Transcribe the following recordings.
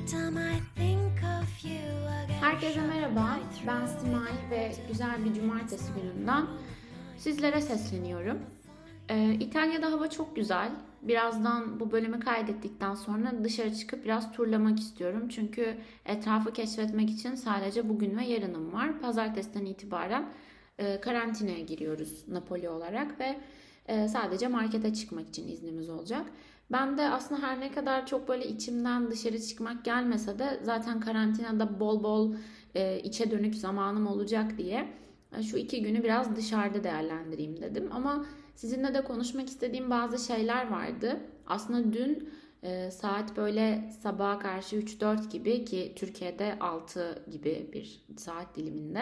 Herkese merhaba, ben Simay ve güzel bir cumartesi gününden sizlere sesleniyorum. İtalya'da hava çok güzel. Birazdan bu bölümü kaydettikten sonra dışarı çıkıp biraz turlamak istiyorum. Çünkü etrafı keşfetmek için sadece bugün ve yarınım var. Pazartesiden itibaren karantinaya giriyoruz Napoli olarak ve sadece markete çıkmak için iznimiz olacak. Ben de aslında her ne kadar çok böyle içimden dışarı çıkmak gelmese de zaten karantinada bol bol içe dönük zamanım olacak diye şu 2 günü biraz dışarıda değerlendireyim dedim. Ama sizinle de konuşmak istediğim bazı şeyler vardı. Aslında dün saat böyle sabaha karşı 3-4 gibi, ki Türkiye'de 6 gibi bir saat diliminde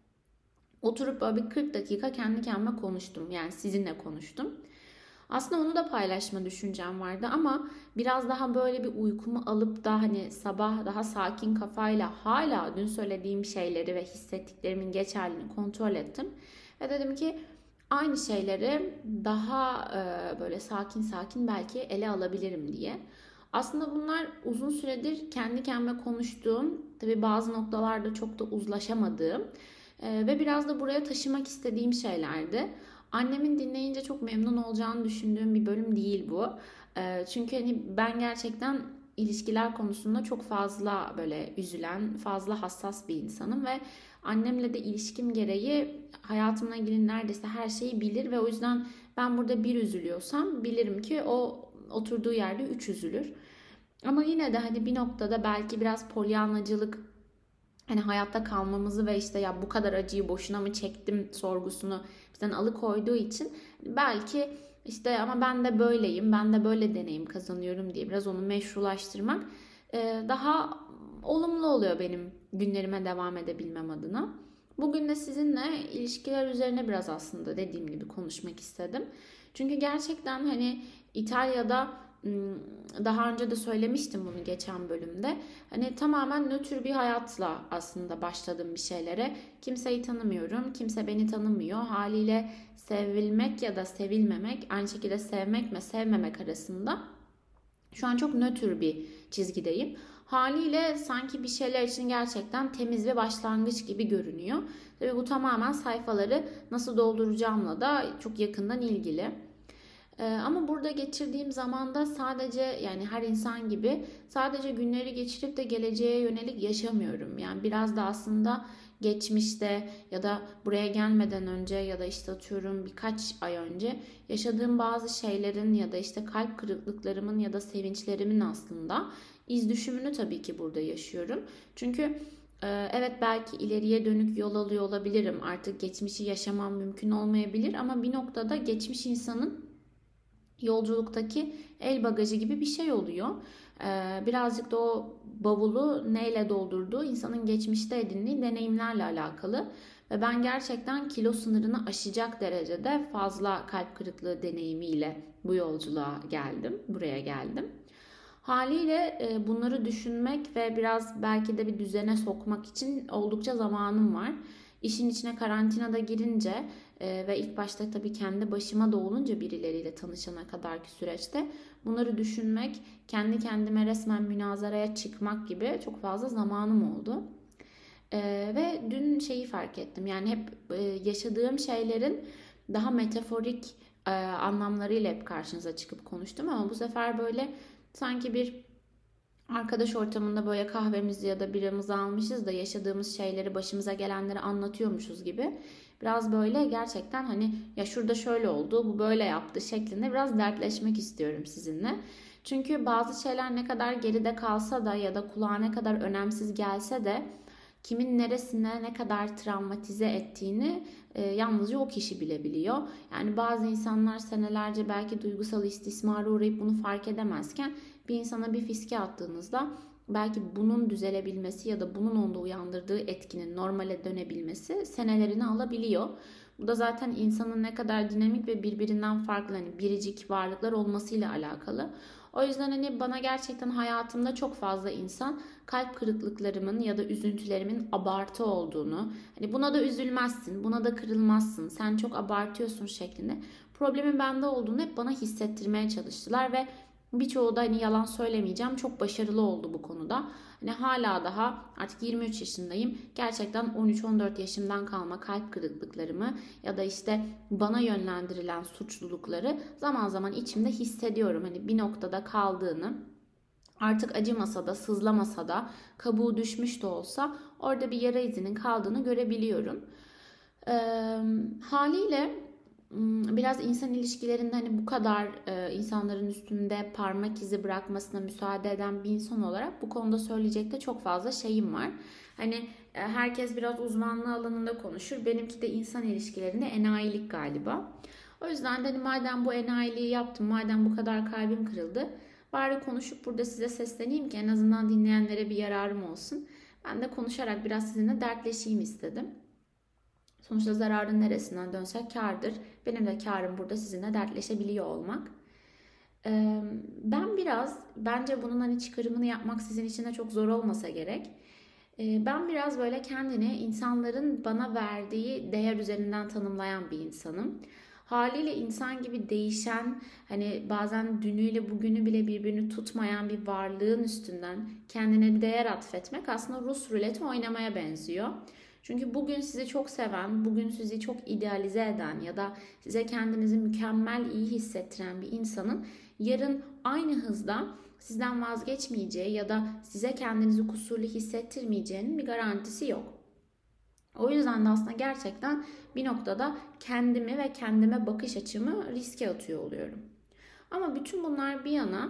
oturup böyle bir 40 dakika kendi kendime konuştum. Yani sizinle konuştum. Aslında onu da paylaşma düşüncem vardı ama biraz daha böyle bir uykumu alıp da hani sabah daha sakin kafayla hala dün söylediğim şeyleri ve hissettiklerimin geçerliliğini kontrol ettim. Ve dedim ki aynı şeyleri daha böyle sakin sakin belki ele alabilirim diye. Aslında bunlar uzun süredir kendi kendime konuştuğum, tabii bazı noktalarda çok da uzlaşamadığım ve biraz da buraya taşımak istediğim şeylerdi. Annemin dinleyince çok memnun olacağını düşündüğüm bir bölüm değil bu. Çünkü hani ben gerçekten ilişkiler konusunda çok fazla böyle üzülen, fazla hassas bir insanım ve annemle de ilişkim gereği hayatımla ilgili neredeyse her şeyi bilir ve o yüzden ben burada bir üzülüyorsam bilirim ki o oturduğu yerde 3 üzülür. Ama yine de hani bir noktada belki biraz polyanlacılık, hani hayatta kalmamızı ve işte ya bu kadar acıyı boşuna mı çektim sorgusunu bizden alıkoyduğu için belki işte ama ben de böyleyim, ben de böyle deneyim kazanıyorum diye biraz onu meşrulaştırmak daha olumlu oluyor benim günlerime devam edebilmem adına. Bugün de sizinle ilişkiler üzerine biraz aslında dediğim gibi konuşmak istedim. Çünkü gerçekten hani İtalya'da daha önce de söylemiştim bunu geçen bölümde. Hani tamamen nötr bir hayatla aslında başladım bir şeylere. Kimseyi tanımıyorum, kimse beni tanımıyor. Haliyle sevilmek ya da sevilmemek, aynı şekilde sevmek ve sevmemek arasında şu an çok nötr bir çizgideyim. Haliyle sanki bir şeyler için gerçekten temiz bir başlangıç gibi görünüyor. Tabii bu tamamen sayfaları nasıl dolduracağımla da çok yakından ilgili. Ama burada geçirdiğim zamanda sadece, yani her insan gibi sadece günleri geçirip de geleceğe yönelik yaşamıyorum. Yani biraz da aslında geçmişte ya da buraya gelmeden önce ya da işte atıyorum birkaç ay önce yaşadığım bazı şeylerin ya da işte kalp kırıklıklarımın ya da sevinçlerimin aslında iz düşümünü tabii ki burada yaşıyorum. Çünkü evet, belki ileriye dönük yol alıyor olabilirim. Artık geçmişi yaşamam mümkün olmayabilir ama bir noktada geçmiş insanın yolculuktaki el bagajı gibi bir şey oluyor. Birazcık da o bavulu neyle doldurduğu insanın geçmişte edindiği deneyimlerle alakalı. Ve ben gerçekten kilo sınırını aşacak derecede fazla kalp kırıklığı deneyimiyle bu yolculuğa geldim, buraya geldim. Haliyle bunları düşünmek ve biraz belki de bir düzene sokmak için oldukça zamanım var. İşin içine karantinada girince ve ilk başta tabii kendi başıma da olunca birileriyle tanışana kadarki süreçte bunları düşünmek, kendi kendime resmen münazaraya çıkmak gibi çok fazla zamanım oldu. Ve dün şeyi fark ettim, yani hep yaşadığım şeylerin daha metaforik anlamlarıyla hep karşınıza çıkıp konuştum ama bu sefer böyle sanki bir arkadaş ortamında böyle kahvemizi ya da biramızı almışız da yaşadığımız şeyleri, başımıza gelenleri anlatıyormuşuz gibi. Biraz böyle gerçekten hani ya şurada şöyle oldu, bu böyle yaptı şeklinde biraz dertleşmek istiyorum sizinle. Çünkü bazı şeyler ne kadar geride kalsa da ya da kulağa ne kadar önemsiz gelse de kimin neresine ne kadar travmatize ettiğini yalnızca o kişi bilebiliyor. Yani bazı insanlar senelerce belki duygusal istismara uğrayıp bunu fark edemezken bir insana bir fiske attığınızda belki bunun düzelebilmesi ya da bunun onda uyandırdığı etkinin normale dönebilmesi senelerini alabiliyor. Bu da zaten insanın ne kadar dinamik ve birbirinden farklı, hani biricik varlıklar olmasıyla alakalı. O yüzden hani bana gerçekten hayatımda çok fazla insan kalp kırıklıklarımın ya da üzüntülerimin abartı olduğunu, hani buna da üzülmezsin, buna da kırılmazsın, sen çok abartıyorsun şeklinde problemin bende olduğunu hep bana hissettirmeye çalıştılar ve birçoğu da hani yalan söylemeyeceğim çok başarılı oldu bu konuda. Hani hala daha artık 23 yaşındayım. Gerçekten 13-14 yaşımdan kalma kalp kırıklıklarımı ya da işte bana yönlendirilen suçlulukları zaman zaman içimde hissediyorum. Hani bir noktada kaldığını, artık acımasa da sızlamasa da kabuğu düşmüş de olsa orada bir yara izinin kaldığını görebiliyorum. Haliyle biraz insan ilişkilerinde hani bu kadar insanların üstünde parmak izi bırakmasına müsaade eden bir insan olarak bu konuda söyleyecek de çok fazla şeyim var. Hani herkes biraz uzmanlığı alanında konuşur. Benimki de insan ilişkilerinde enayilik galiba. O yüzden de hani madem bu enayiliği yaptım, madem bu kadar kalbim kırıldı, bari konuşup burada size sesleneyim ki en azından dinleyenlere bir yararım olsun. Ben de konuşarak biraz sizinle dertleşeyim istedim. Sonuçta zararın neresinden dönsek kârdır. Benim de kârım burada sizinle dertleşebiliyor olmak. Ben biraz, bence bunun hani çıkarımını yapmak sizin için de çok zor olmasa gerek. Ben biraz böyle kendini insanların bana verdiği değer üzerinden tanımlayan bir insanım. Haliyle insan gibi değişen, hani bazen dünüyle bugünü bile birbirini tutmayan bir varlığın üstünden kendine bir değer atfetmek aslında Rus ruleti oynamaya benziyor. Çünkü bugün sizi çok seven, bugün sizi çok idealize eden ya da size kendinizi mükemmel iyi hissettiren bir insanın yarın aynı hızda sizden vazgeçmeyeceği ya da size kendinizi kusurlu hissettirmeyeceğinin bir garantisi yok. O yüzden de aslında gerçekten bir noktada kendimi ve kendime bakış açımı riske atıyor oluyorum. Ama bütün bunlar bir yana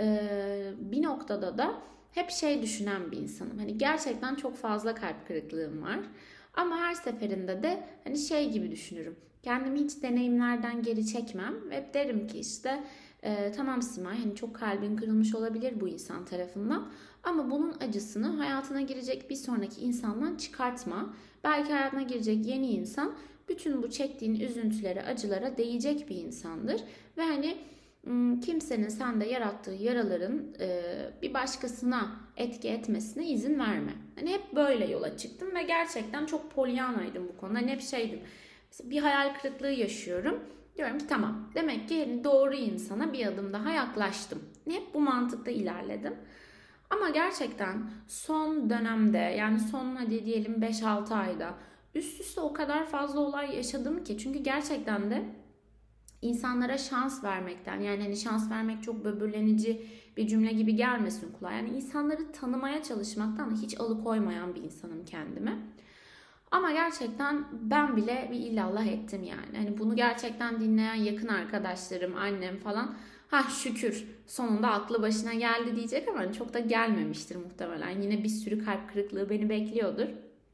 bir noktada da hep şey düşünen bir insanım. Hani gerçekten çok fazla kalp kırıklığım var. Ama her seferinde de hani şey gibi düşünürüm. Kendimi hiç deneyimlerden geri çekmem ve derim ki işte tamam Simay, hani çok kalbin kırılmış olabilir bu insan tarafından. Ama bunun acısını hayatına girecek bir sonraki insandan çıkartma. Belki hayatına girecek yeni insan bütün bu çektiğin üzüntülere, acılara değecek bir insandır. Ve hani kimsenin sende yarattığı yaraların bir başkasına etki etmesine izin verme. Hani hep böyle yola çıktım ve gerçekten çok polyanaydım bu konuda. Hani hep şeydim. Bir hayal kırıklığı yaşıyorum. Diyorum ki tamam. Demek ki doğru insana bir adım daha yaklaştım. Hep bu mantıkta ilerledim. Ama gerçekten son dönemde, yani son hadi diyelim 5-6 ayda üst üste o kadar fazla olay yaşadım ki. Çünkü gerçekten de insanlara şans vermekten, yani hani şans vermek çok böbürlenici bir cümle gibi gelmesin kulağa. Yani insanları tanımaya çalışmaktan da hiç alıkoymayan bir insanım kendime. Ama gerçekten ben bile bir illallah ettim yani. Hani bunu gerçekten dinleyen yakın arkadaşlarım, annem falan, ha şükür sonunda aklı başına geldi diyecek ama çok da gelmemiştir muhtemelen. Yine bir sürü kalp kırıklığı beni bekliyordur.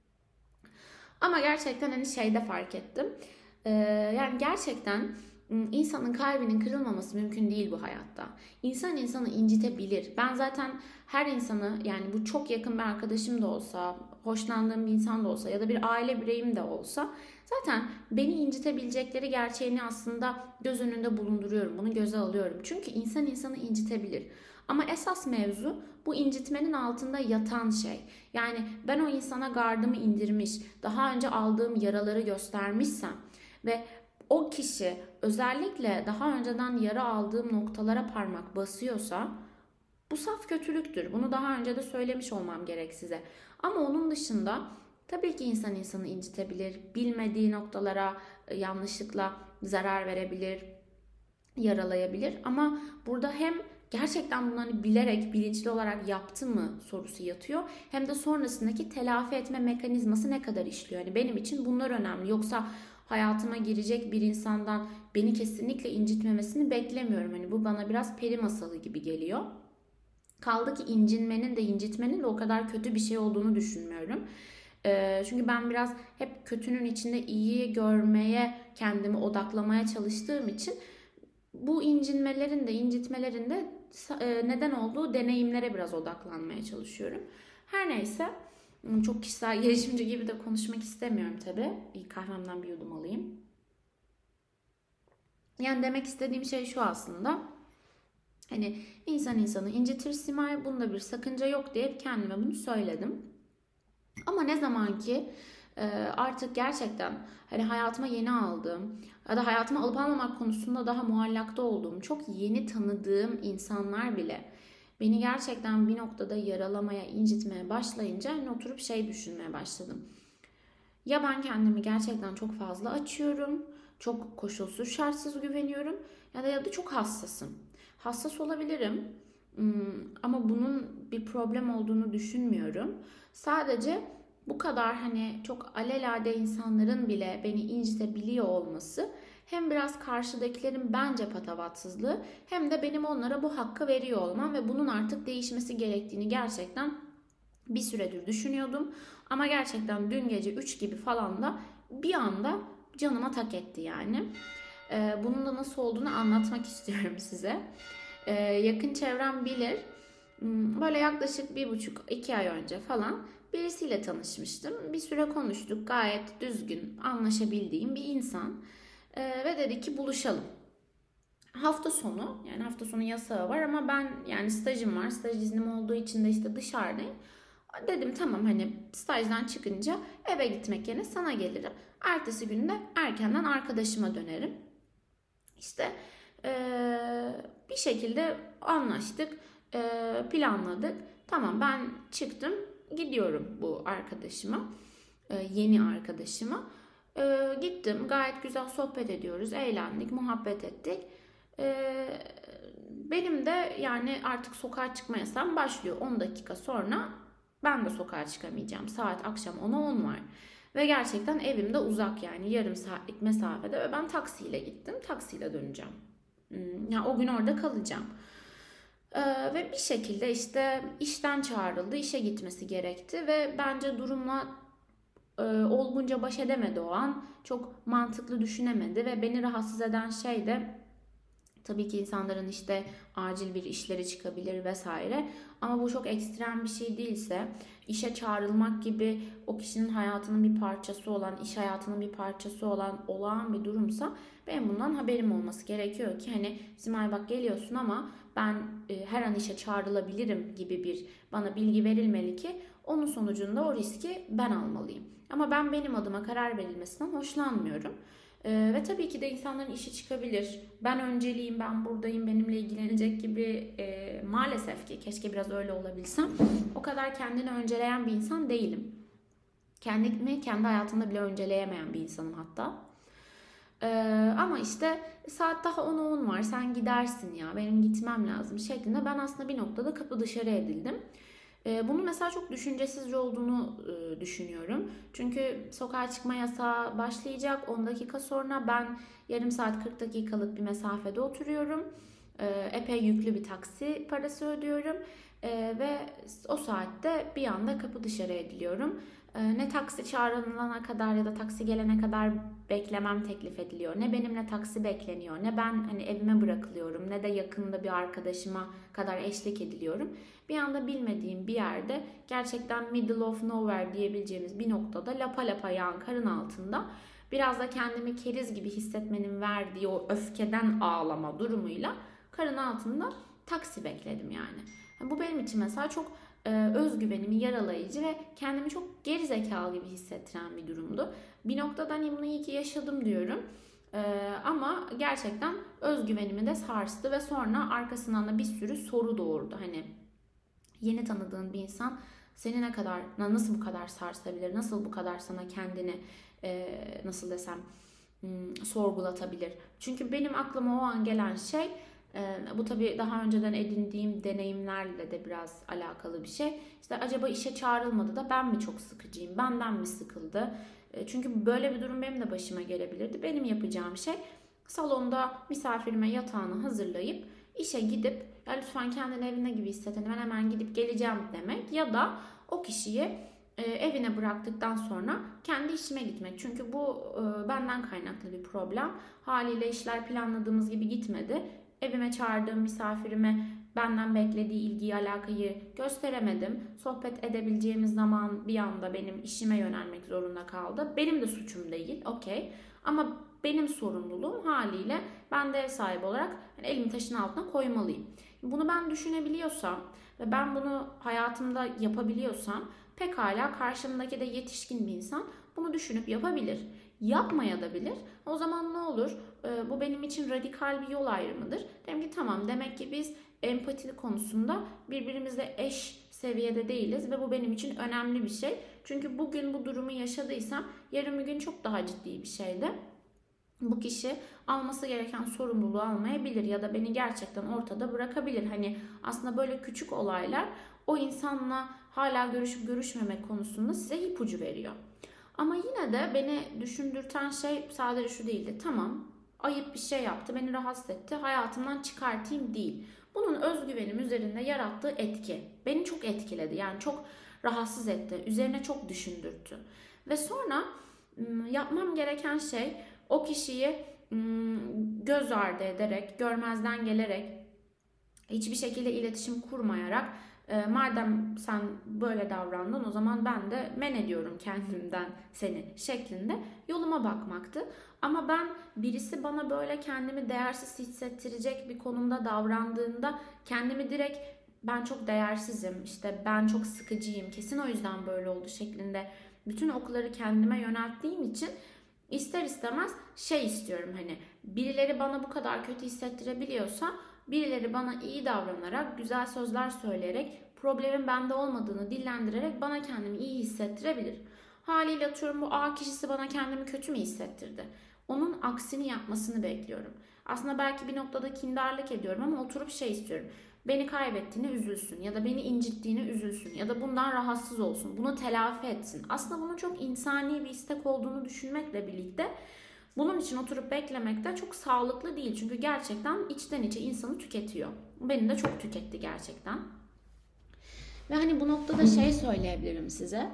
Ama gerçekten hani şeyde fark ettim. Yani gerçekten insanın kalbinin kırılmaması mümkün değil bu hayatta. İnsan insanı incitebilir. Ben zaten her insanı, yani bu çok yakın bir arkadaşım da olsa, hoşlandığım bir insan da olsa ya da bir aile bireyim de olsa zaten beni incitebilecekleri gerçeğini aslında göz önünde bulunduruyorum. Bunu göze alıyorum. Çünkü insan insanı incitebilir. Ama esas mevzu bu incitmenin altında yatan şey. Yani ben o insana gardımı indirmiş, daha önce aldığım yaraları göstermişsem ve o kişi özellikle daha önceden yara aldığım noktalara parmak basıyorsa bu saf kötülüktür. Bunu daha önce de söylemiş olmam gerek size. Ama onun dışında tabii ki insan insanı incitebilir, bilmediği noktalara yanlışlıkla zarar verebilir, yaralayabilir. Ama burada hem gerçekten bunu hani bilerek, bilinçli olarak yaptı mı sorusu yatıyor. Hem de sonrasındaki telafi etme mekanizması ne kadar işliyor. Yani benim için bunlar önemli. Yoksa hayatıma girecek bir insandan beni kesinlikle incitmemesini beklemiyorum. Hani bu bana biraz peri masalı gibi geliyor. Kaldı ki incinmenin de incitmenin de o kadar kötü bir şey olduğunu düşünmüyorum. Çünkü ben biraz hep kötünün içinde iyiyi görmeye, kendimi odaklamaya çalıştığım için bu incinmelerin de incitmelerin de neden olduğu deneyimlere biraz odaklanmaya çalışıyorum. Her neyse, çok kişisel gelişimci gibi de konuşmak istemiyorum tabii. İlk kahvemden bir yudum alayım. Yani demek istediğim şey şu aslında. Hani insan insanı incitir Simay, bunda bir sakınca yok diye kendime bunu söyledim. Ama ne zaman ki Artık gerçekten hani hayatıma yeni aldığım ya da hayatıma alıp almamak konusunda daha muallakta olduğum, çok yeni tanıdığım insanlar bile beni gerçekten bir noktada yaralamaya, incitmeye başlayınca hani oturup şey düşünmeye başladım. Ya ben kendimi gerçekten çok fazla açıyorum, çok koşulsuz şartsız güveniyorum ya da çok hassasım. Hassas olabilirim ama bunun bir problem olduğunu düşünmüyorum. Sadece bu kadar hani çok alelade insanların bile beni incitebiliyor olması hem biraz karşıdakilerin bence patavatsızlığı hem de benim onlara bu hakkı veriyor olmam ve bunun artık değişmesi gerektiğini gerçekten bir süredir düşünüyordum. Ama gerçekten dün gece 3 gibi falan da bir anda canıma tak etti yani. Bunun da nasıl olduğunu anlatmak istiyorum size. Yakın çevrem bilir. Böyle yaklaşık 1,5-2 ay önce falan birisiyle tanışmıştım. Bir süre konuştuk. Gayet düzgün, anlaşabildiğim bir insan. Ve dedi ki buluşalım. Hafta sonu, yani hafta sonu yasağı var ama ben yani stajım var. Staj iznim olduğu için de işte dışarıdayım. Dedim tamam, hani stajdan çıkınca eve gitmek yerine sana gelirim. Ertesi günde erkenden arkadaşıma dönerim. İşte bir şekilde anlaştık, planladık. Tamam, ben çıktım, gidiyorum bu arkadaşıma, yeni arkadaşıma. Gittim, gayet güzel sohbet ediyoruz, eğlendik, muhabbet ettik. Benim de yani artık sokağa çıkma yasağım başlıyor. 10 dakika sonra ben de sokağa çıkamayacağım. Saat akşam 10'a 10 var. Ve gerçekten evim de uzak, yani yarım saatlik mesafede ve ben taksiyle gittim. Taksiyle döneceğim. Yani o gün orada kalacağım. Ve bir şekilde işte işten çağrıldı. İşe gitmesi gerekti ve bence durumla olgunca baş edemedi o an. Çok mantıklı düşünemedi ve beni rahatsız eden şey de tabii ki insanların işte acil bir işleri çıkabilir vesaire. Ama bu çok ekstrem bir şey değilse, işe çağrılmak gibi o kişinin hayatının bir parçası olan, iş hayatının bir parçası olan olağan bir durumsa benim bundan haberim olması gerekiyor ki hani Simay bak geliyorsun ama ben her an işe çağrılabilirim gibi bir bana bilgi verilmeli ki onun sonucunda o riski ben almalıyım. Ama ben benim adıma karar verilmesinden hoşlanmıyorum. Ve tabii ki de insanların işi çıkabilir. Ben önceliyim, ben buradayım, benimle ilgilenecek gibi maalesef ki keşke biraz öyle olabilsem. O kadar kendini önceleyen bir insan değilim. Kendimi kendi hayatımda bile önceleyemeyen bir insanım hatta. Ama işte saat daha 10'a 10 var, sen gidersin ya, benim gitmem lazım şeklinde ben aslında bir noktada kapı dışarı edildim. Bunun mesela çok düşüncesizce olduğunu düşünüyorum. Çünkü sokağa çıkma yasağı başlayacak 10 dakika sonra, ben yarım saat 40 dakikalık bir mesafede oturuyorum. Epey yüklü bir taksi parası ödüyorum. Ve o saatte bir anda kapı dışarı ediliyorum. Ne taksi çağrılana kadar ya da taksi gelene kadar beklemem teklif ediliyor. Ne benimle taksi bekleniyor. Ne ben hani evime bırakılıyorum. Ne de yakında bir arkadaşıma kadar eşlik ediliyorum. Bir anda bilmediğim bir yerde, gerçekten middle of nowhere diyebileceğimiz bir noktada, lapa lapa yağan karın altında biraz da kendimi keriz gibi hissetmenin verdiği o öfkeden ağlama durumuyla karın altında taksi bekledim yani. Bu benim için mesela çok özgüvenimi yaralayıcı ve kendimi çok gerizekalı gibi hissettiren bir durumdu. Bir noktada hani bunu iyi ki yaşadım diyorum. Ama gerçekten özgüvenimi de sarstı ve sonra arkasından da bir sürü soru doğurdu. Hani yeni tanıdığın bir insan seni ne kadar, nasıl bu kadar sarsabilir, nasıl bu kadar sana kendini nasıl desem sorgulatabilir. Çünkü benim aklıma o an gelen şey, bu tabii daha önceden edindiğim deneyimlerle de biraz alakalı bir şey. İşte acaba işe çağrılmadı da ben mi çok sıkıcıyım, benden mi sıkıldı? Çünkü böyle bir durum benim de başıma gelebilirdi. Benim yapacağım şey salonda misafirime yatağını hazırlayıp işe gidip ya lütfen kendini evinde gibi hisset, hani ben hemen gidip geleceğim demek ya da o kişiyi evine bıraktıktan sonra kendi işime gitmek. Çünkü bu benden kaynaklı bir problem. Haliyle işler planladığımız gibi gitmedi. Evime çağırdığım misafirime benden beklediği ilgiyi, alakayı gösteremedim. Sohbet edebileceğimiz zaman bir anda benim işime yönelmek zorunda kaldı. Benim de suçum değil, okey. Ama benim sorumluluğum, haliyle ben de ev sahibi olarak yani elimi taşın altına koymalıyım. Bunu ben düşünebiliyorsam ve ben bunu hayatımda yapabiliyorsam, pekala karşımdaki de yetişkin bir insan, bunu düşünüp yapabilir. Yapmaya da bilir. O zaman ne olur? Bu benim için radikal bir yol ayrımıdır. Dedim ki tamam, demek ki biz empati konusunda birbirimizle eş seviyede değiliz ve bu benim için önemli bir şey. Çünkü bugün bu durumu yaşadıysam yarın bir gün çok daha ciddi bir şeydi. Bu kişi alması gereken sorumluluğu almayabilir ya da beni gerçekten ortada bırakabilir. Hani aslında böyle küçük olaylar o insanla hala görüşüp görüşmemek konusunda size ipucu veriyor. Ama yine de beni düşündürten şey sadece şu değildi. Tamam, ayıp bir şey yaptı, beni rahatsız etti, hayatımdan çıkartayım değil. Bunun özgüvenim üzerinde yarattığı etki beni çok etkiledi. Yani çok rahatsız etti, üzerine çok düşündürttü. Ve sonra yapmam gereken şey o kişiyi göz ardı ederek, görmezden gelerek, hiçbir şekilde iletişim kurmayarak madem sen böyle davrandın o zaman ben de men ediyorum kendimden seni şeklinde yoluma bakmaktı. Ama ben birisi bana böyle kendimi değersiz hissettirecek bir konumda davrandığında kendimi direkt ben çok değersizim, işte ben çok sıkıcıyım, kesin o yüzden böyle oldu şeklinde bütün okları kendime yönelttiğim için ister istemez şey istiyorum, hani birileri bana bu kadar kötü hissettirebiliyorsa birileri bana iyi davranarak, güzel sözler söyleyerek, problemin bende olmadığını dillendirerek bana kendimi iyi hissettirebilir. Haliyle atıyorum bu A kişisi bana kendimi kötü mü hissettirdi? Onun aksini yapmasını bekliyorum. Aslında belki bir noktada kindarlık ediyorum ama oturup şey istiyorum. Beni kaybettiğini üzülsün ya da beni incittiğini üzülsün ya da bundan rahatsız olsun. Bunu telafi etsin. Aslında bunun çok insani bir istek olduğunu düşünmekle birlikte bunun için oturup beklemek de çok sağlıklı değil. Çünkü gerçekten içten içe insanı tüketiyor. Beni de çok tüketti gerçekten. Ve hani bu noktada şey söyleyebilirim size.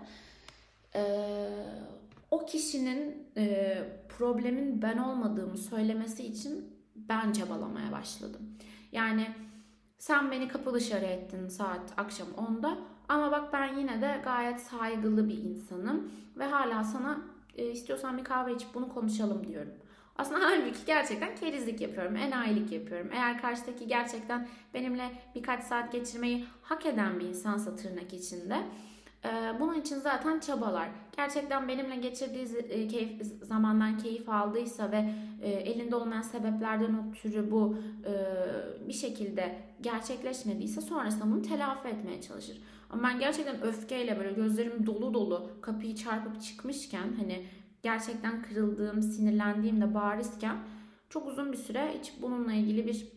O kişinin problemin ben olmadığımı söylemesi için ben çabalamaya başladım. Yani sen beni kapı dışarı ettin saat akşam 10'da ama bak ben yine de gayet saygılı bir insanım ve hala sana istiyorsan bir kahve içip bunu konuşalım diyorum. Aslında halbuki gerçekten kerizlik yapıyorum, enayilik yapıyorum. Eğer karşıdaki gerçekten benimle birkaç saat geçirmeyi hak eden bir insansa tırnak içinde, bunun için zaten çabalar. Gerçekten benimle geçirdiği zamandan keyif aldıysa ve elinde olmayan sebeplerden ötürü bu bir şekilde gerçekleşmediyse sonrasında bunu telafi etmeye çalışır. Ama ben gerçekten öfkeyle böyle gözlerim dolu dolu kapıyı çarpıp çıkmışken, hani gerçekten kırıldığım, sinirlendiğim de barizken çok uzun bir süre hiç bununla ilgili bir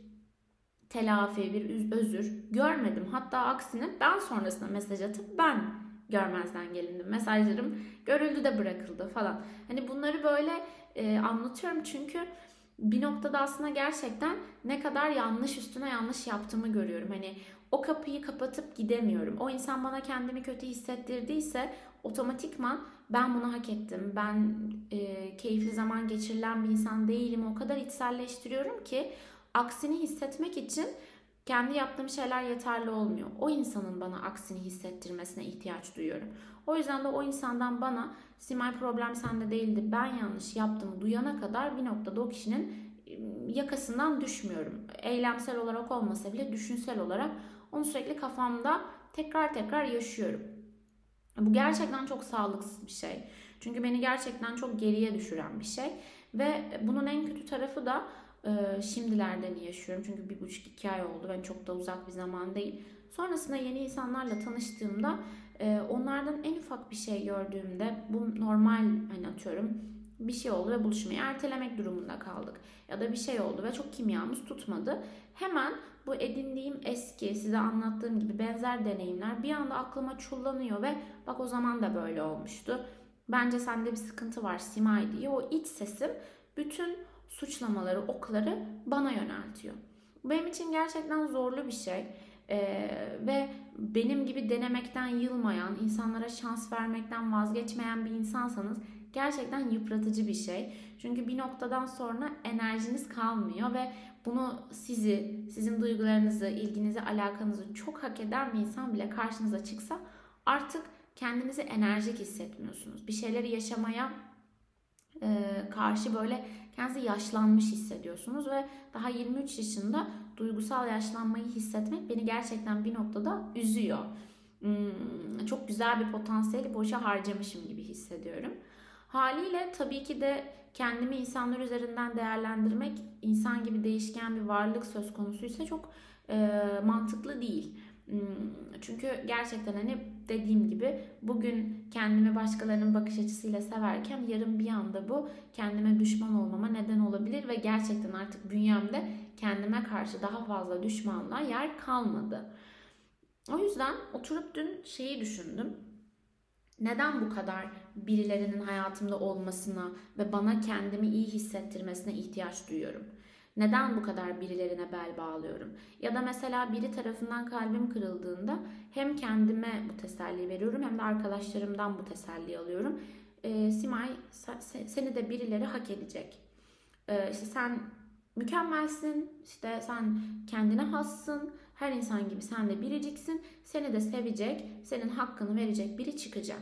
telafi, bir özür görmedim. Hatta aksine ben sonrasında mesaj atıp ben görmezden gelindim. Mesajlarım görüldü de bırakıldı falan. Hani bunları böyle anlatıyorum çünkü bir noktada aslında gerçekten ne kadar yanlış üstüne yanlış yaptığımı görüyorum. Hani o kapıyı kapatıp gidemiyorum. O insan bana kendimi kötü hissettirdiyse otomatikman ben bunu hak ettim. Ben keyifli zaman geçirilen bir insan değilim. O kadar içselleştiriyorum ki aksini hissetmek için kendi yaptığım şeyler yeterli olmuyor. O insanın bana aksini hissettirmesine ihtiyaç duyuyorum. O yüzden de o insandan bana Simay problem sende değildi, ben yanlış yaptım duyana kadar bir noktada o kişinin yakasından düşmüyorum. Eylemsel olarak olmasa bile düşünsel olarak onu sürekli kafamda tekrar tekrar yaşıyorum. Bu gerçekten çok sağlıksız bir şey. Çünkü beni gerçekten çok geriye düşüren bir şey. Ve bunun en kötü tarafı da şimdilerden yaşıyorum. Çünkü 1,5-2 ay oldu. Ben çok da uzak bir zaman değil. Sonrasında yeni insanlarla tanıştığımda onlardan en ufak bir şey gördüğümde bu normal, hani atıyorum bir şey oldu ve buluşmayı ertelemek durumunda kaldık. Ya da bir şey oldu ve çok kimyamız tutmadı. Hemen bu edindiğim eski, size anlattığım gibi benzer deneyimler bir anda aklıma çullanıyor ve bak o zaman da böyle olmuştu. Bence sende bir sıkıntı var Simay diye o iç sesim bütün suçlamaları, okları bana yöneltiyor. Benim için gerçekten zorlu bir şey. Ve benim gibi denemekten yılmayan, insanlara şans vermekten vazgeçmeyen bir insansanız gerçekten yıpratıcı bir şey. Çünkü bir noktadan sonra enerjiniz kalmıyor ve bunu sizin duygularınızı, ilginizi, alakanızı çok hak eden bir insan bile karşınıza çıksa artık kendinizi enerjik hissetmiyorsunuz. Bir şeyleri yaşamaya karşı böyle kendinizi yaşlanmış hissediyorsunuz ve daha 23 yaşında duygusal yaşlanmayı hissetmek beni gerçekten bir noktada üzüyor. Çok güzel bir potansiyeli boşa harcamışım gibi hissediyorum. Haliyle tabii ki de kendimi insanlar üzerinden değerlendirmek, insan gibi değişken bir varlık söz konusuysa çok mantıklı değil. Çünkü gerçekten hani dediğim gibi bugün kendimi başkalarının bakış açısıyla severken yarın bir anda bu kendime düşman olmama neden olabilir ve gerçekten artık bünyemde kendime karşı daha fazla düşmanlığa yer kalmadı. O yüzden oturup dün şeyi düşündüm. Neden bu kadar birilerinin hayatımda olmasına ve bana kendimi iyi hissettirmesine ihtiyaç duyuyorum? Neden bu kadar birilerine bel bağlıyorum? Ya da mesela biri tarafından kalbim kırıldığında hem kendime bu teselli veriyorum hem de arkadaşlarımdan bu teselli alıyorum. Simay, seni de birileri hak edecek. İşte sen mükemmelsin, işte sen kendine hassın, her insan gibi sen de biriciksin, seni de sevecek, senin hakkını verecek biri çıkacak.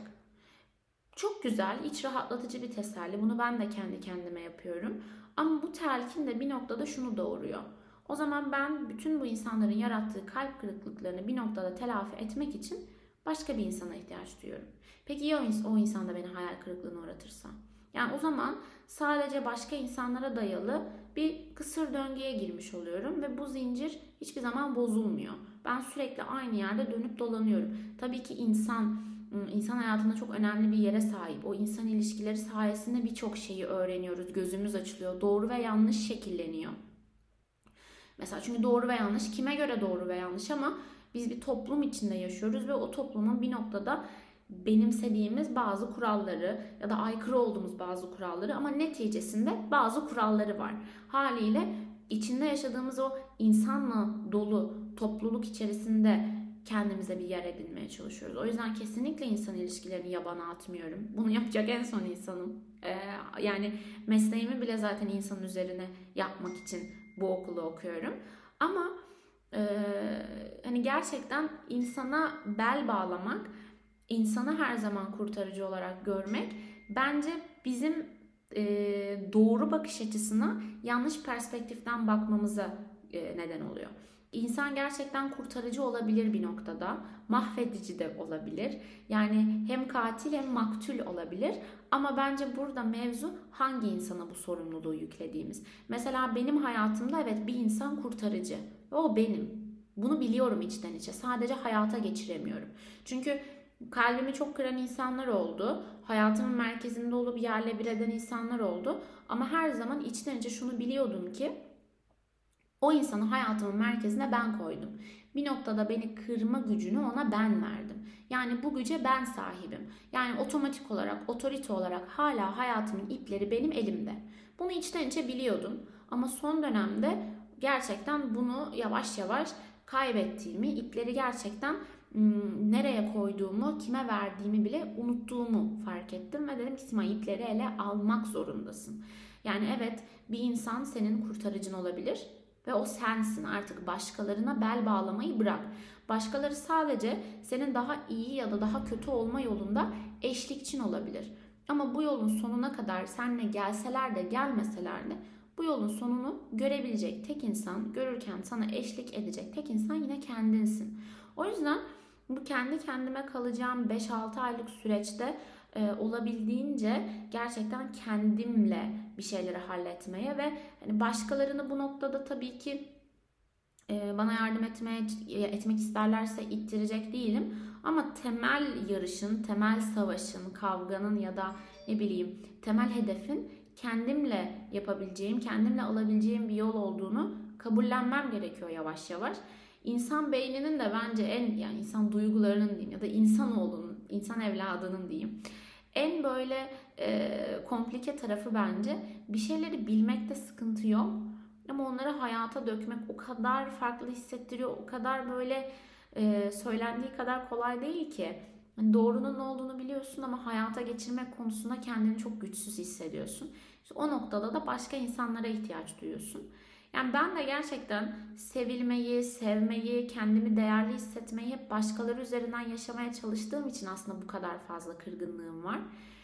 Çok güzel, iç rahatlatıcı bir teselli. Bunu ben de kendi kendime yapıyorum. Ama bu telkin de bir noktada şunu doğuruyor. O zaman ben bütün bu insanların yarattığı kalp kırıklıklarını bir noktada telafi etmek için başka bir insana ihtiyaç duyuyorum. Peki ya o insan da beni hayal kırıklığına uğratırsa? Yani o zaman sadece başka insanlara dayalı bir kısır döngüye girmiş oluyorum ve bu zincir hiçbir zaman bozulmuyor. Ben sürekli aynı yerde dönüp dolanıyorum. Tabii ki insan hayatında çok önemli bir yere sahip. O insan ilişkileri sayesinde birçok şeyi öğreniyoruz, gözümüz açılıyor, doğru ve yanlış şekilleniyor. Mesela çünkü doğru ve yanlış kime göre doğru ve yanlış ama biz bir toplum içinde yaşıyoruz ve o toplumun bir noktada benimsediğimiz bazı kuralları ya da aykırı olduğumuz bazı kuralları ama neticesinde bazı kuralları var. Haliyle içinde yaşadığımız o insanla dolu topluluk içerisinde kendimize bir yer edinmeye çalışıyoruz. O yüzden kesinlikle insan ilişkilerini yabana atmıyorum. Bunu yapacak en son insanım. Yani mesleğimi bile zaten insan üzerine yapmak için bu okulu okuyorum. Ama hani gerçekten insana bel bağlamak, insanı her zaman kurtarıcı olarak görmek bence bizim doğru bakış açısına yanlış perspektiften bakmamıza neden oluyor. İnsan gerçekten kurtarıcı olabilir bir noktada, mahvedici de olabilir. Yani hem katil hem maktul olabilir. Ama bence burada mevzu hangi insana bu sorumluluğu yüklediğimiz. Mesela benim hayatımda evet bir insan kurtarıcı ve o benim. Bunu biliyorum içten içe. Sadece hayata geçiremiyorum. Çünkü kalbimi çok kıran insanlar oldu. Hayatımın merkezinde olup yerle bir eden insanlar oldu. Ama her zaman içten içe şunu biliyordum ki o insanı hayatımın merkezine ben koydum. Bir noktada beni kırma gücünü ona ben verdim. Yani bu güce ben sahibim. Yani otomatik olarak, otorite olarak hala hayatımın ipleri benim elimde. Bunu içten içe biliyordum. Ama son dönemde gerçekten bunu yavaş yavaş kaybettiğimi, ipleri gerçekten nereye koyduğumu, kime verdiğimi bile unuttuğumu fark ettim. Ve dedim ki Sima, ipleri ele almak zorundasın. Yani evet, bir insan senin kurtarıcın olabilir. Ve o sensin. Artık başkalarına bel bağlamayı bırak. Başkaları sadece senin daha iyi ya da daha kötü olma yolunda eşlikçin olabilir. Ama bu yolun sonuna kadar seninle gelseler de gelmeseler de bu yolun sonunu görebilecek tek insan, görürken sana eşlik edecek tek insan yine kendinsin. O yüzden bu kendi kendime kalacağım 5-6 aylık süreçte olabildiğince gerçekten kendimle bir şeyleri halletmeye ve hani başkalarını bu noktada tabii ki bana yardım etmek isterlerse ittirecek değilim. Ama temel yarışın, temel savaşın, kavganın ya da ne bileyim temel hedefin kendimle yapabileceğim, kendimle alabileceğim bir yol olduğunu kabullenmem gerekiyor yavaş yavaş. İnsan beyninin de bence yani insan duygularının diyeyim ya da insanoğlunun, insan evladının diyeyim. En böyle komplike tarafı bence bir şeyleri bilmekte sıkıntı yok. Ama onları hayata dökmek o kadar farklı hissettiriyor. O kadar böyle söylendiği kadar kolay değil ki. Yani doğrunun ne olduğunu biliyorsun ama hayata geçirmek konusunda kendini çok güçsüz hissediyorsun. İşte o noktada da başka insanlara ihtiyaç duyuyorsun. Yani ben de gerçekten sevilmeyi, sevmeyi, kendimi değerli hissetmeyi hep başkaları üzerinden yaşamaya çalıştığım için aslında bu kadar fazla kırgınlığım var.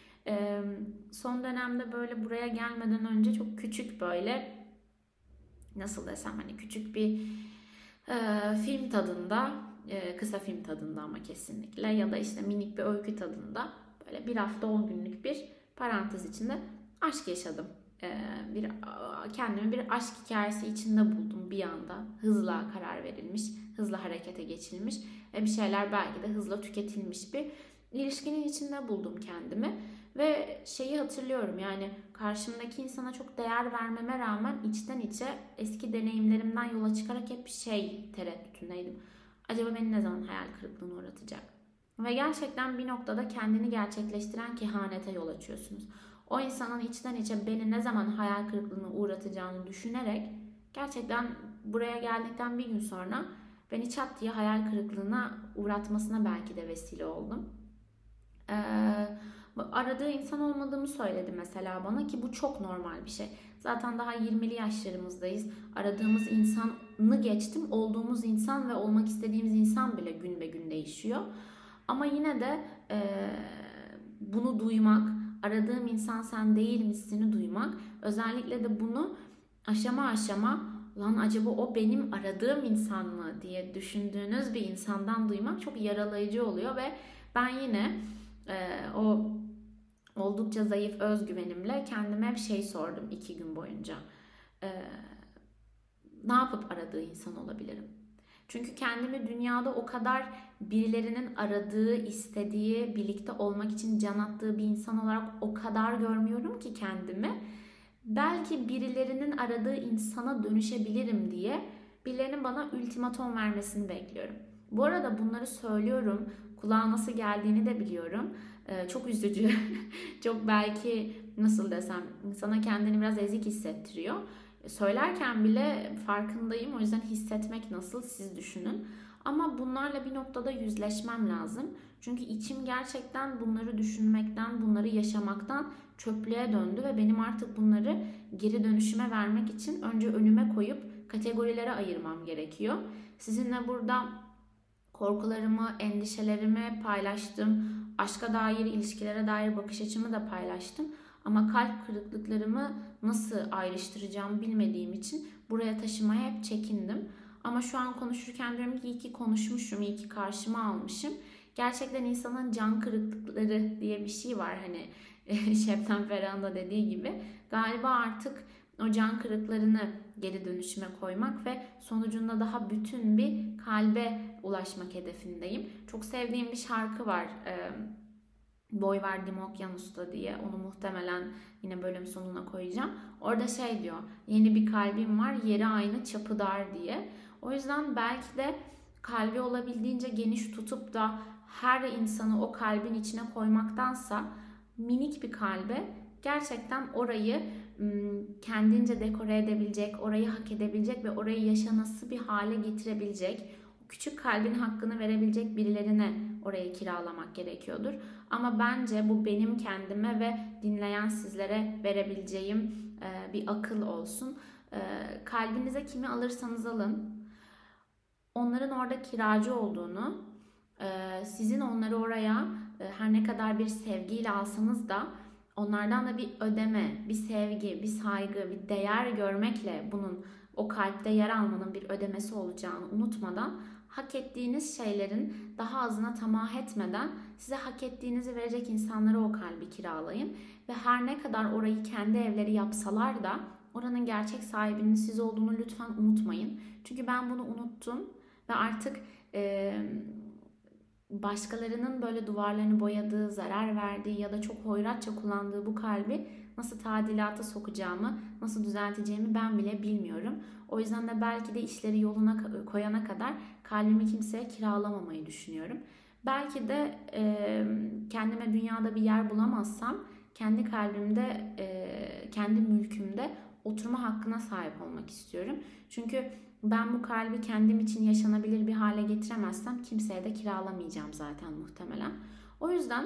Son dönemde böyle buraya gelmeden önce çok küçük böyle nasıl desem hani küçük bir film tadında, kısa film tadında ama kesinlikle ya da işte minik bir öykü tadında böyle bir hafta 10 günlük bir parantez içinde aşk yaşadım. Kendimi bir aşk hikayesi içinde buldum bir anda. Hızla karar verilmiş, hızla harekete geçilmiş ve bir şeyler belki de hızla tüketilmiş bir ilişkinin içinde buldum kendimi. Ve şeyi hatırlıyorum, yani karşımdaki insana çok değer vermeme rağmen içten içe eski deneyimlerimden yola çıkarak hep tereddütündeydim. Acaba beni ne zaman hayal kırıklığına uğratacak? Ve gerçekten bir noktada kendini gerçekleştiren kehanete yol açıyorsunuz. O insanın içten içe beni ne zaman hayal kırıklığına uğratacağını düşünerek gerçekten buraya geldikten bir gün sonra beni çat diye hayal kırıklığına uğratmasına belki de vesile oldum. Aradığı insan olmadığımı söyledi mesela bana, ki bu çok normal bir şey. Zaten daha 20'li yaşlarımızdayız. Aradığımız insanı geçtim, olduğumuz insan ve olmak istediğimiz insan bile gün be gün değişiyor. Ama yine de bunu duymak, aradığım insan sen değil misin'i duymak, özellikle de bunu aşama aşama lan acaba o benim aradığım insan mı diye düşündüğünüz bir insandan duymak çok yaralayıcı oluyor. Ve ben yine o oldukça zayıf özgüvenimle kendime hep sordum 2 gün boyunca. Ne yapıp aradığı insan olabilirim? Çünkü kendimi dünyada o kadar birilerinin aradığı, istediği, birlikte olmak için can attığı bir insan olarak o kadar görmüyorum ki kendimi. Belki birilerinin aradığı insana dönüşebilirim diye birilerinin bana ultimatom vermesini bekliyorum. Bu arada bunları söylüyorum. Kulağa nasıl geldiğini de biliyorum. Çok üzücü. Çok belki nasıl desem insana kendini biraz ezik hissettiriyor. Söylerken bile farkındayım. O yüzden hissetmek nasıl siz düşünün. Ama bunlarla bir noktada yüzleşmem lazım. Çünkü içim gerçekten bunları düşünmekten, bunları yaşamaktan çöplüğe döndü ve benim artık bunları geri dönüşüme vermek için önce önüme koyup kategorilere ayırmam gerekiyor. Sizinle burada korkularımı, endişelerimi paylaştım. Aşka dair, ilişkilere dair bakış açımı da paylaştım. Ama kalp kırıklıklarımı nasıl ayrıştıracağımı bilmediğim için buraya taşımaya hep çekindim. Ama şu an konuşurken diyorum ki iyi ki konuşmuşum, iyi ki karşıma almışım. Gerçekten insanın can kırıklıkları diye bir şey var, hani Şebnem Ferah'ın da dediği gibi. Galiba artık o can kırıklarını geri dönüşüme koymak ve sonucunda daha bütün bir kalbe ulaşmak hedefindeyim. Çok sevdiğim bir şarkı var. Boy verdim okyanusta diye. Onu muhtemelen yine bölüm sonuna koyacağım. Orada diyor. Yeni bir kalbim var, yeri aynı, çapı dar diye. O yüzden belki de kalbi olabildiğince geniş tutup da her insanı o kalbin içine koymaktansa minik bir kalbe gerçekten orayı kendince dekore edebilecek, orayı hak edebilecek ve orayı yaşanası bir hale getirebilecek, o küçük kalbin hakkını verebilecek birilerine orayı kiralamak gerekiyordur. Ama bence bu benim kendime ve dinleyen sizlere verebileceğim bir akıl olsun. Kalbinize kimi alırsanız alın, onların orada kiracı olduğunu, sizin onları oraya her ne kadar bir sevgiyle alsanız da onlardan da bir ödeme, bir sevgi, bir saygı, bir değer görmekle bunun o kalpte yer almanın bir ödemesi olacağını unutmadan hak ettiğiniz şeylerin daha azına tamah etmeden size hak ettiğinizi verecek insanlara o kalbi kiralayın. Ve her ne kadar orayı kendi evleri yapsalar da oranın gerçek sahibinin siz olduğunu lütfen unutmayın. Çünkü ben bunu unuttum ve artık başkalarının böyle duvarlarını boyadığı, zarar verdiği ya da çok hoyratça kullandığı bu kalbi nasıl tadilata sokacağımı, nasıl düzelteceğimi ben bile bilmiyorum. O yüzden de belki de işleri yoluna koyana kadar kalbimi kimseye kiralamamayı düşünüyorum. Belki de kendime dünyada bir yer bulamazsam kendi kalbimde, kendi mülkümde oturma hakkına sahip olmak istiyorum. Çünkü ben bu kalbi kendim için yaşanabilir bir hale getiremezsem kimseye de kiralamayacağım zaten muhtemelen. O yüzden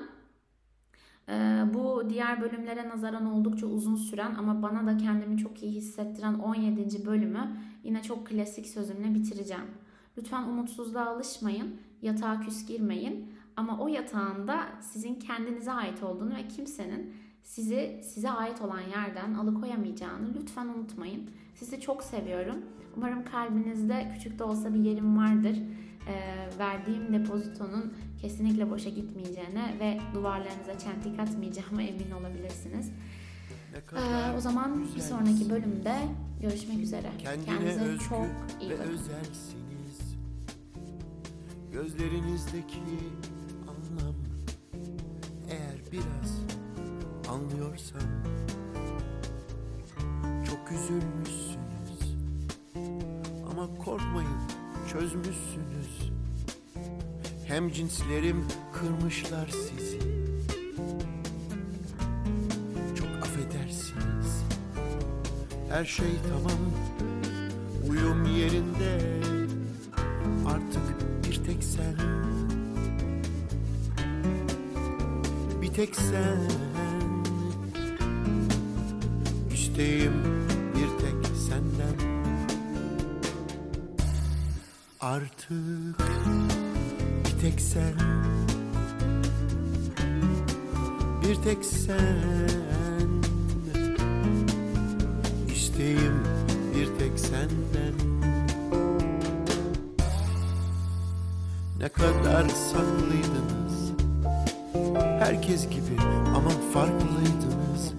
bu diğer bölümlere nazaran oldukça uzun süren ama bana da kendimi çok iyi hissettiren 17. bölümü yine çok klasik sözümle bitireceğim. Lütfen umutsuzluğa alışmayın, yatağa küs girmeyin ama o yatağın da sizin kendinize ait olduğunu ve kimsenin size ait olan yerden alıkoyamayacağını lütfen unutmayın. Sizi çok seviyorum. Umarım kalbinizde küçük de olsa bir yerim vardır. verdiğim depozitonun kesinlikle boşa gitmeyeceğine ve duvarlarınıza çentik atmayacağıma emin olabilirsiniz. O zaman bir sonraki bölümde görüşmek üzere. Kendinize çok iyi bakın. Özelsiniz. Gözlerinizdeki anlam, eğer biraz anlıyorsam, çok üzülmüşsünüz ama korkmayın, çözmüşsünüz. Hem cinslerim kırmışlar sizi, çok affedersiniz. Her şey tamam, uyum yerinde, artık bir tek sen, bir tek sen. İsteğim bir tek senden, artık bir tek sen, bir tek sen. İsteğim bir tek senden. Ne kadar saklıydınız, herkes gibi ama farklıydınız.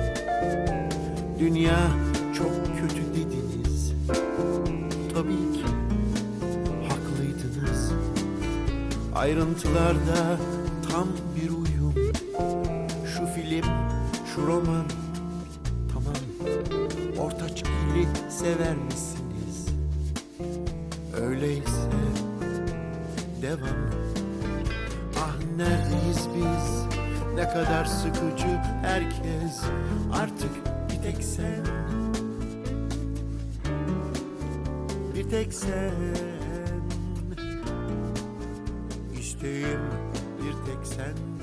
Dünya çok kötü dediniz, tabii ki haklıydınız. Ayrıntılarda tam bir uyum, şu film, şu roman, tamam. Ortaç ili sever misiniz? Öyleyse devam. Ah neredeyiz biz? Ne kadar sıkıcı herkes. Artık bir tek sen, bir tek sen. İsteğim bir tek sen.